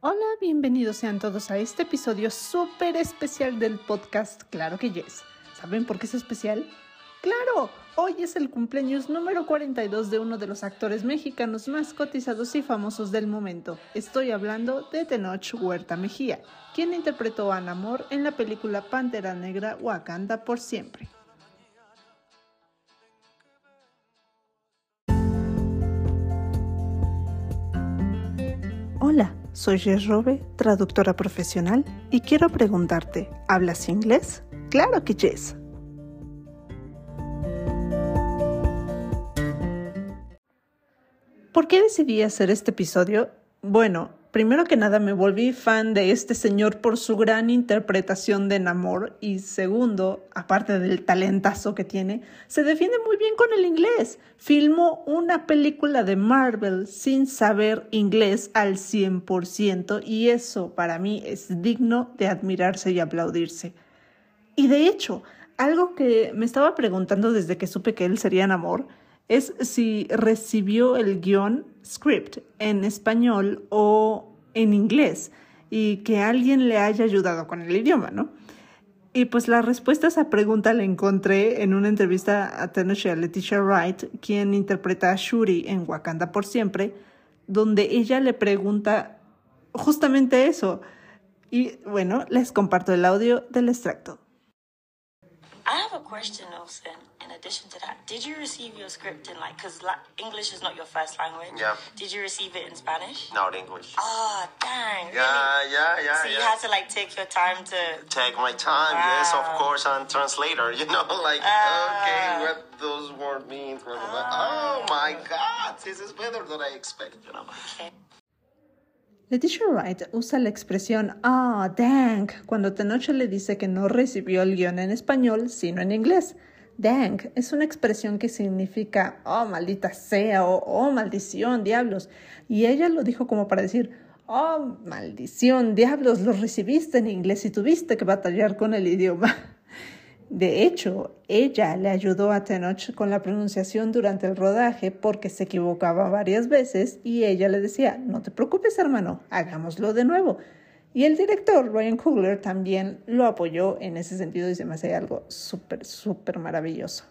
Hola, bienvenidos sean todos a este episodio súper especial del podcast Claro que Yes. ¿Saben por qué es especial? ¡Claro! Hoy es el cumpleaños número 42 de uno de los actores mexicanos más cotizados y famosos del momento. Estoy hablando de Tenoch Huerta Mejía, quien interpretó a Namor en la película Pantera Negra Wakanda por siempre. Hola, soy Jess Robe, traductora profesional, y quiero preguntarte, ¿hablas inglés? ¡Claro que yes! ¿Por qué decidí hacer este episodio? Bueno, primero que nada me volví fan de este señor por su gran interpretación de Namor y segundo, aparte del talentazo que tiene, se defiende muy bien con el inglés. Filmó una película de Marvel sin saber inglés al 100% y eso para mí es digno de admirarse y aplaudirse. Y de hecho, algo que me estaba preguntando desde que supe que él sería Namor es si recibió el guión script en español o en inglés y que alguien le haya ayudado con el idioma, ¿no? Y pues la respuesta a esa pregunta la encontré en una entrevista a Tenoch y a Letitia Wright, quien interpreta a Shuri en Wakanda por siempre, donde ella le pregunta justamente eso. Y bueno, les comparto el audio del extracto. I have a question also, in addition to that. Did you receive your script in because English is not your first language? Yeah. Did you receive it in Spanish? No, English. Oh, dang. Yeah, really? yeah. So you had to take your time to... Take my time, yes, of course, and translator, okay, what those words mean. Oh my God, this is better than I expected, Okay. Letitia Wright usa la expresión dang cuando Tenoch le dice que no recibió el guión en español, sino en inglés. Dang es una expresión que significa maldita sea o maldición, diablos. Y ella lo dijo como para decir, maldición, diablos, lo recibiste en inglés y tuviste que batallar con el idioma. De hecho, ella le ayudó a Tenoch con la pronunciación durante el rodaje porque se equivocaba varias veces y ella le decía, no te preocupes hermano, hagámoslo de nuevo. Y el director Ryan Coogler también lo apoyó en ese sentido y se me hace algo súper maravilloso.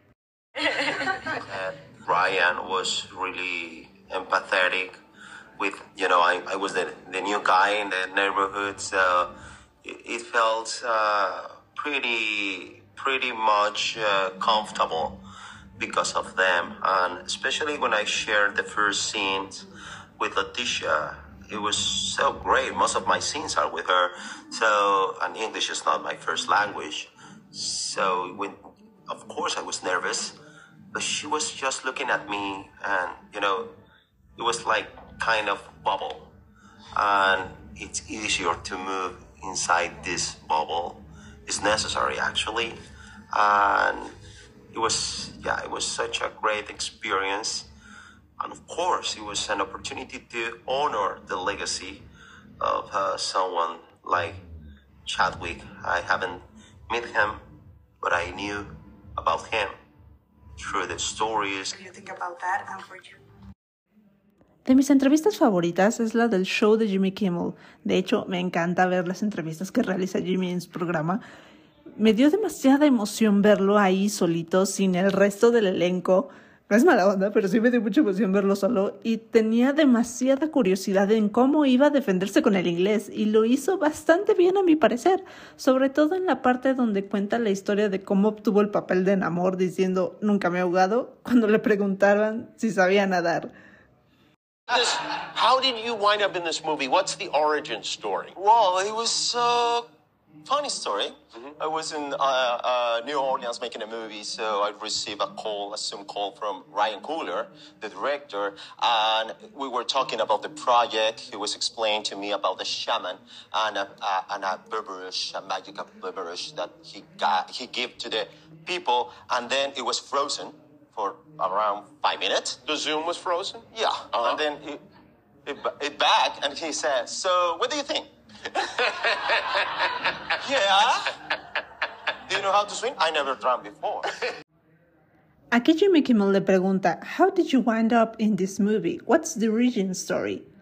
Ryan was really empathetic with, I was the new guy in the neighborhood, so it felt pretty much comfortable because of them, and especially when I shared the first scenes with Letitia, it was so great. Most of my scenes are with her, and English is not my first language, so of course I was nervous, but she was just looking at me, and it was like kind of bubble, and it's easier to move inside this bubble. Is necessary actually, and it was such a great experience, and of course it was an opportunity to honor the legacy of someone like Chadwick. I haven't met him, but I knew about him through the stories. What do you think about that and for you? De mis entrevistas favoritas es la del show de Jimmy Kimmel. De hecho, me encanta ver las entrevistas que realiza Jimmy en su programa. Me dio demasiada emoción verlo ahí solito, sin el resto del elenco. No es mala onda, pero sí me dio mucha emoción verlo solo. Y tenía demasiada curiosidad en cómo iba a defenderse con el inglés. Y lo hizo bastante bien a mi parecer. Sobre todo en la parte donde cuenta la historia de cómo obtuvo el papel de Namor diciendo nunca me he ahogado, cuando le preguntaban si sabía nadar. How did you wind up in this movie? What's the origin story? Well, it was a funny story. I was in New Orleans making a movie, so I received a Zoom call from Ryan Coogler, the director, and we were talking about the project. He was explaining to me about the shaman and a beverage, a magical beverage that he gave to the people, and then it was frozen for around 5 minutes. The Zoom was frozen? Yeah, and then it back, and he said, "So, what do you think?" Yeah. Do you know how to swim? I never drowned before. Aquí Jimmy Kimmel le pregunta, How did you wind up in this movie? What's the origin story?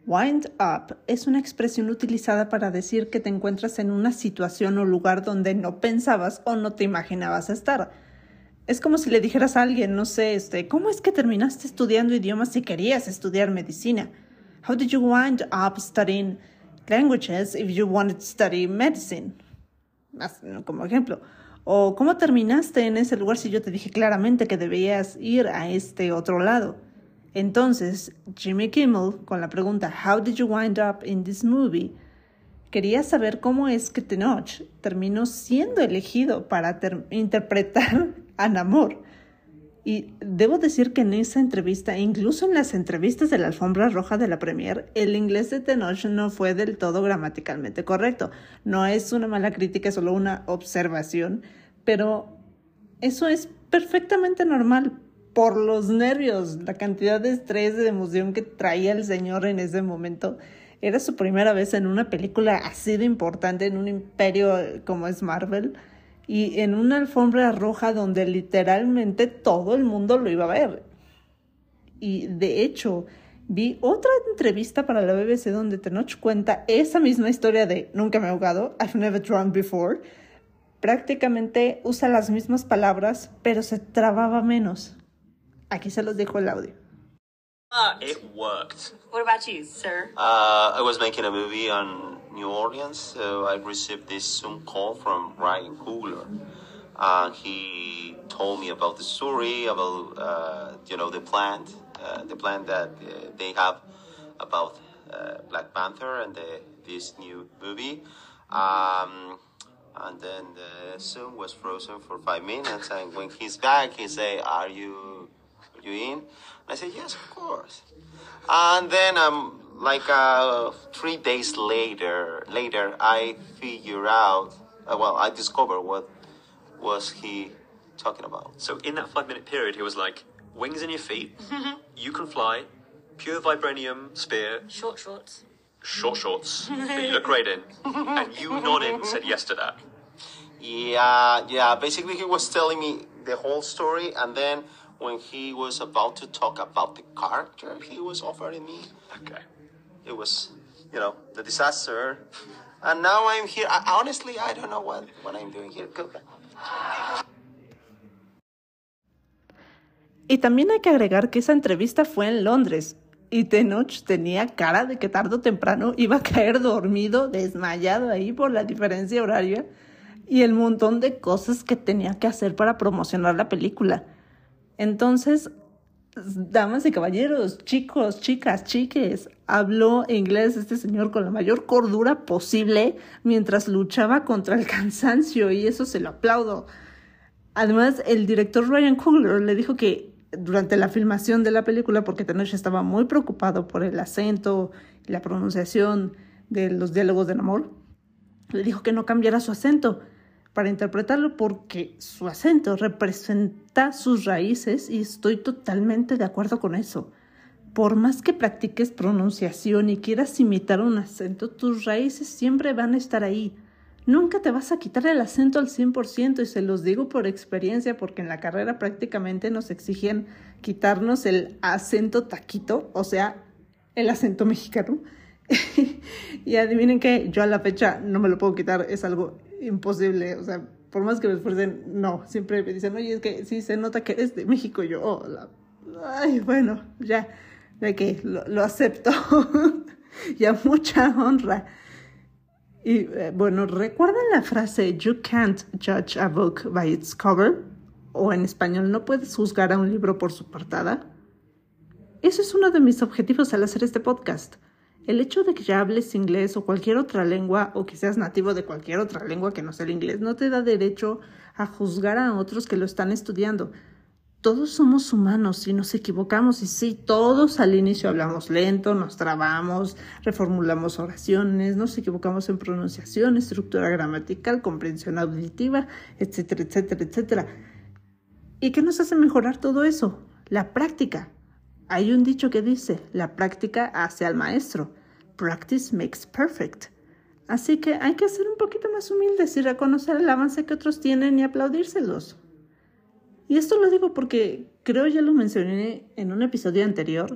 Wind up es una expresión utilizada para decir que te encuentras en una situación o lugar donde no pensabas o no te imaginabas estar. Es como si le dijeras a alguien, no sé, ¿cómo es que terminaste estudiando idiomas si querías estudiar medicina? How did you wind up studying languages if you wanted to study medicine? Como ejemplo. O ¿cómo terminaste en ese lugar si yo te dije claramente que debías ir a este otro lado? Entonces, Jimmy Kimmel, con la pregunta How did you wind up in this movie? Quería saber cómo es que Tenoch terminó siendo elegido para interpretar a Namor. Y debo decir que en esa entrevista, incluso en las entrevistas de la alfombra roja de la premiere, el inglés de Tenoch no fue del todo gramaticalmente correcto. No es una mala crítica, es solo una observación, pero eso es perfectamente normal por los nervios, la cantidad de estrés, de emoción que traía el señor en ese momento. Era su primera vez en una película así de importante, en un imperio como es Marvel, y en una alfombra roja donde literalmente todo el mundo lo iba a ver. Y de hecho, vi otra entrevista para la BBC donde Tenoch cuenta esa misma historia de nunca me he ahogado, I've never drowned before. Prácticamente usa las mismas palabras, pero se trababa menos. Aquí se los dejo el audio. It worked. What about you, sir? I was making a movie on New Orleans, so I received this Zoom call from Ryan Coogler. He told me about the story, about the plan that they have about Black Panther and this new movie. And then the Zoom was frozen for 5 minutes, and when he's back, he said, "Are you in?" I said, "Yes, of course." And then 3 days later, I figure out, I discover what was he talking about. So in that 5-minute period, he was like, wings in your feet, you can fly, pure vibranium spear, Short shorts. short shorts that you look great in, and you nodded and said yes to that. Yeah. Basically, he was telling me the whole story, and then when he was about to talk about the character he was offering me, Okay. it was, the disaster. And now I'm here. Honestly, I don't know what I'm doing here. Y también hay que agregar que esa entrevista fue en Londres. Y Tenoch tenía cara de que tarde o temprano iba a caer dormido, desmayado ahí por la diferencia horaria y el montón de cosas que tenía que hacer para promocionar la película. Entonces, damas y caballeros, chicos, chicas, chiques, habló inglés este señor con la mayor cordura posible mientras luchaba contra el cansancio, y eso se lo aplaudo. Además, el director Ryan Coogler le dijo que durante la filmación de la película, porque Tenoch estaba muy preocupado por el acento y la pronunciación de los diálogos de Namor, le dijo que no cambiara su acento para interpretarlo porque su acento representa sus raíces, y estoy totalmente de acuerdo con eso. Por más que practiques pronunciación y quieras imitar un acento, tus raíces siempre van a estar ahí. Nunca te vas a quitar el acento al 100%, y se los digo por experiencia, porque en la carrera prácticamente nos exigían quitarnos el acento taquito, o sea, el acento mexicano. Y adivinen que yo a la fecha no me lo puedo quitar, es algo imposible. O sea, por más que me esfuercen, no. Siempre me dicen, oye, es que sí se nota que eres de México. Y yo, bueno, ya que lo acepto. Y a mucha honra. Y bueno, ¿recuerdan la frase "You can't judge a book by its cover"? O en español, no puedes juzgar a un libro por su portada. Eso es uno de mis objetivos al hacer este podcast. El hecho de que ya hables inglés o cualquier otra lengua, o que seas nativo de cualquier otra lengua que no sea el inglés, no te da derecho a juzgar a otros que lo están estudiando. Todos somos humanos y nos equivocamos, y sí, todos al inicio hablamos lento, nos trabamos, reformulamos oraciones, nos equivocamos en pronunciación, estructura gramatical, comprensión auditiva, etcétera, etcétera, etcétera. ¿Y qué nos hace mejorar todo eso? La práctica. Hay un dicho que dice, la práctica hace al maestro. Practice makes perfect. Así que hay que ser un poquito más humildes y reconocer el avance que otros tienen y aplaudírselos. Y esto lo digo porque creo ya lo mencioné en un episodio anterior.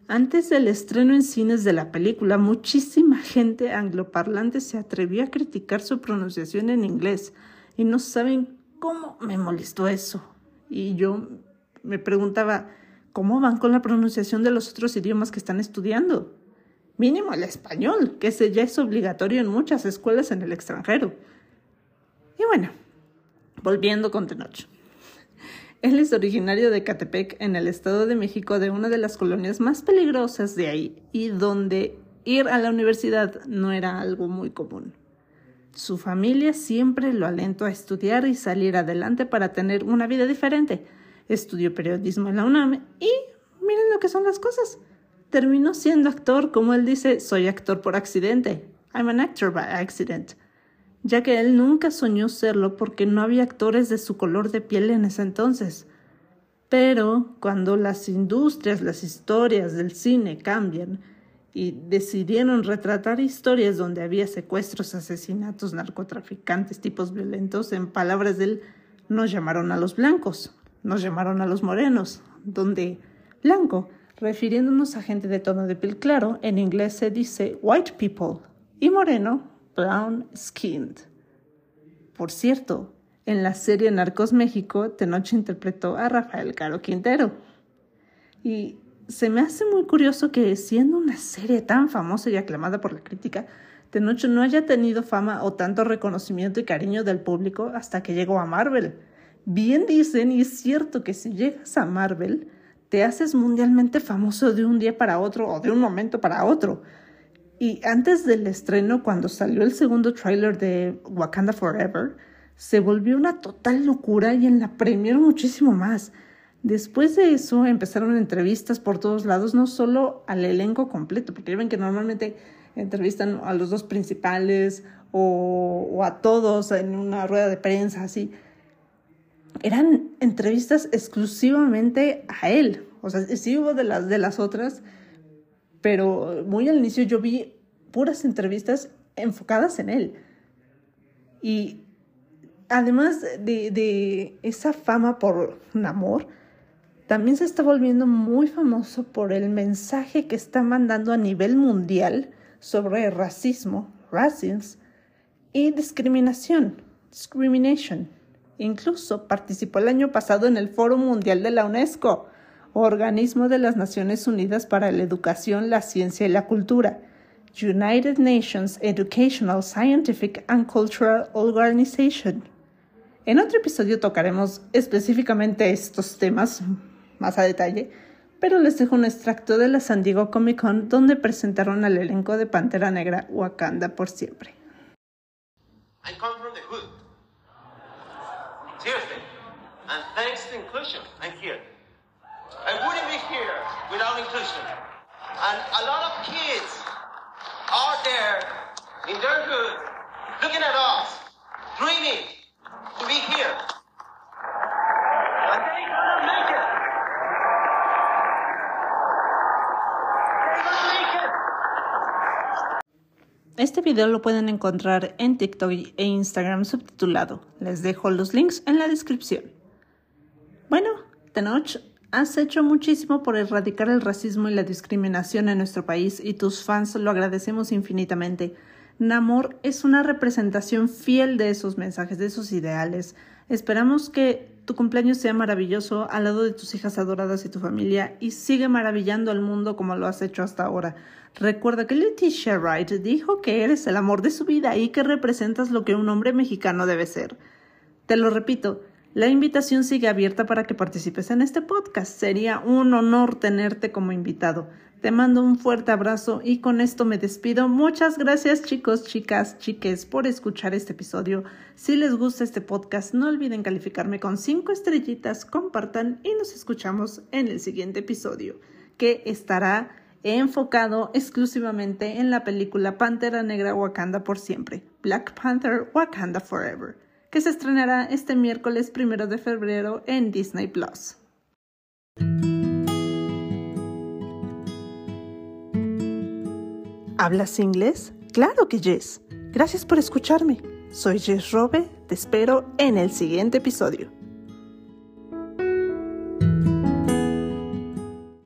Antes del estreno en cines de la película, muchísima gente angloparlante se atrevió a criticar su pronunciación en inglés y no saben cómo me molestó eso. Y yo me preguntaba, ¿cómo van con la pronunciación de los otros idiomas que están estudiando? Mínimo el español, que ese ya es obligatorio en muchas escuelas en el extranjero. Y bueno, volviendo con Tenoch. Él es originario de Catepec, en el Estado de México, de una de las colonias más peligrosas de ahí, y donde ir a la universidad no era algo muy común. Su familia siempre lo alentó a estudiar y salir adelante para tener una vida diferente. Estudió periodismo en la UNAM y miren lo que son las cosas. Terminó siendo actor, como él dice, soy actor por accidente. I'm an actor by accident. Ya que él nunca soñó serlo porque no había actores de su color de piel en ese entonces. Pero cuando las industrias, las historias del cine cambian y decidieron retratar historias donde había secuestros, asesinatos, narcotraficantes, tipos violentos, en palabras de él, nos llamaron a los blancos, nos llamaron a los morenos, donde blanco, refiriéndonos a gente de tono de piel claro, en inglés se dice white people, y moreno, brown skinned. Por cierto, en la serie Narcos México, Tenoch interpretó a Rafael Caro Quintero. Y se me hace muy curioso que, siendo una serie tan famosa y aclamada por la crítica, Tenoch no haya tenido fama o tanto reconocimiento y cariño del público hasta que llegó a Marvel. Bien dicen, y es cierto, que si llegas a Marvel, te haces mundialmente famoso de un día para otro o de un momento para otro. Y antes del estreno, cuando salió el segundo tráiler de Wakanda Forever, se volvió una total locura y en la premiere muchísimo más. Después de eso empezaron entrevistas por todos lados, no solo al elenco completo, porque ya ven que normalmente entrevistan a los dos principales o a todos en una rueda de prensa, así. Eran entrevistas exclusivamente a él. O sea, sí hubo de las otras, pero muy al inicio yo vi puras entrevistas enfocadas en él. Y además de esa fama por Namor, también se está volviendo muy famoso por el mensaje que está mandando a nivel mundial sobre racismo, racism y discrimination. Incluso participó el año pasado en el Foro Mundial de la UNESCO, organismo de las Naciones Unidas para la Educación, la Ciencia y la Cultura, United Nations Educational, Scientific and Cultural Organization. En otro episodio tocaremos específicamente estos temas más a detalle, pero les dejo un extracto de la San Diego Comic Con donde presentaron al elenco de Pantera Negra Wakanda por siempre. I come from the hood. Seriously. And thanks to inclusion, I'm here. I wouldn't be here without inclusion. And a lot of kids are there in their hood looking at us, dreaming to be here. And they're gonna make it. They're gonna make it. Este video lo pueden encontrar en TikTok e Instagram subtitulado. Les dejo los links en la descripción. Bueno, Tenoch, has hecho muchísimo por erradicar el racismo y la discriminación en nuestro país y tus fans lo agradecemos infinitamente. Namor es una representación fiel de esos mensajes, de esos ideales. Esperamos que tu cumpleaños sea maravilloso al lado de tus hijas adoradas y tu familia y sigue maravillando al mundo como lo has hecho hasta ahora. Recuerda que Leticia Wright dijo que eres el amor de su vida y que representas lo que un hombre mexicano debe ser. Te lo repito, la invitación sigue abierta para que participes en este podcast. Sería un honor tenerte como invitado. Te mando un fuerte abrazo y con esto me despido. Muchas gracias, chicos, chicas, chiques, por escuchar este episodio. Si les gusta este podcast, no olviden calificarme con 5 estrellitas, compartan y nos escuchamos en el siguiente episodio, que estará enfocado exclusivamente en la película Pantera Negra Wakanda por siempre, Black Panther Wakanda Forever, que se estrenará este miércoles 1 de febrero en Disney+. ¿Hablas inglés? ¡Claro que yes! Gracias por escucharme. Soy Jess Robe, te espero en el siguiente episodio.